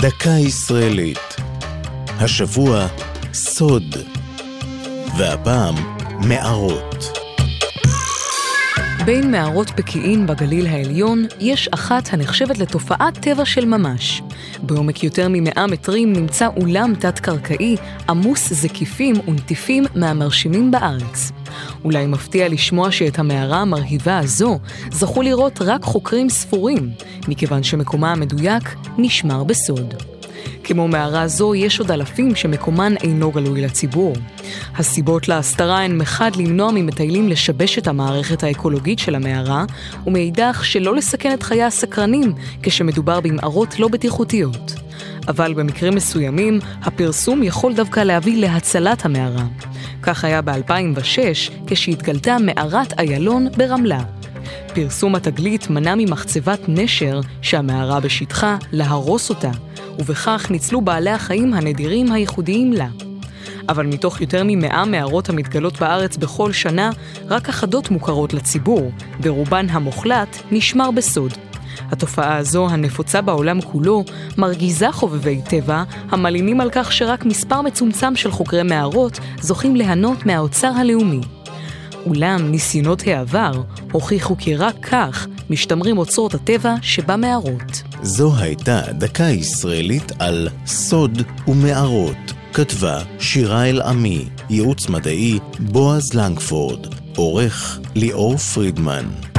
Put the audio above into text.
דקה ישראלית. השבוע סוד, והפעם מערות. בין מערות פקיעין בגליל העליון יש אחת הנחשבת לתופעת טבע של ממש. בעומק יותר מ100 מטרים נמצא אולם תת-קרקעי עמוס זקיפים ונטיפים מהמרשימים בארץ. אולי מפתיע לשמוע שאת המערה המרהיבה הזו זכו לראות רק חוקרים ספורים, מכיוון שמקומה המדויק נשמר בסוד. כמו מערה זו יש עוד אלפים שמקומן אינו גלוי לציבור. הסיבות להסתרה הן מחד למנוע ממטיילים לשבש את המערכת האקולוגית של המערה, ומאידך שלא לסכן את חיי הסקרנים כשמדובר במערות לא בטיחותיות. אבל במקרים מסוימים הפרסום יכול דווקא להביא להצלת המערה. כך היה ב-2006 כשהתגלתה מערת איילון ברמלה. פרסום התגלית מנע ממחצבת נשר שהמערה בשטחה להרוס אותה, ובכך ניצלו בעלי החיים הנדירים הייחודיים לה. אבל מתוך יותר מ100 מערות המתגלות בארץ בכל שנה, רק אחדות מוכרות לציבור, ורובן המוחלט נשמר בסוד. התופעה הזו, הנפוצה בעולם כולו, מרגיזה חובבי טבע, המלינים על כך שרק מספר מצומצם של חוקרי מערות זוכים ליהנות מהאוצר הלאומי. אולם ניסיונות העבר הוכיחו כי רק כך משתמרים אוצרות הטבע שבמערות. זו הייתה דקה ישראלית על סוד ומערות. כתבה שירה אל-עמי, ייעוץ מדעי בועז לנגפורד, עורך ליאור פרידמן.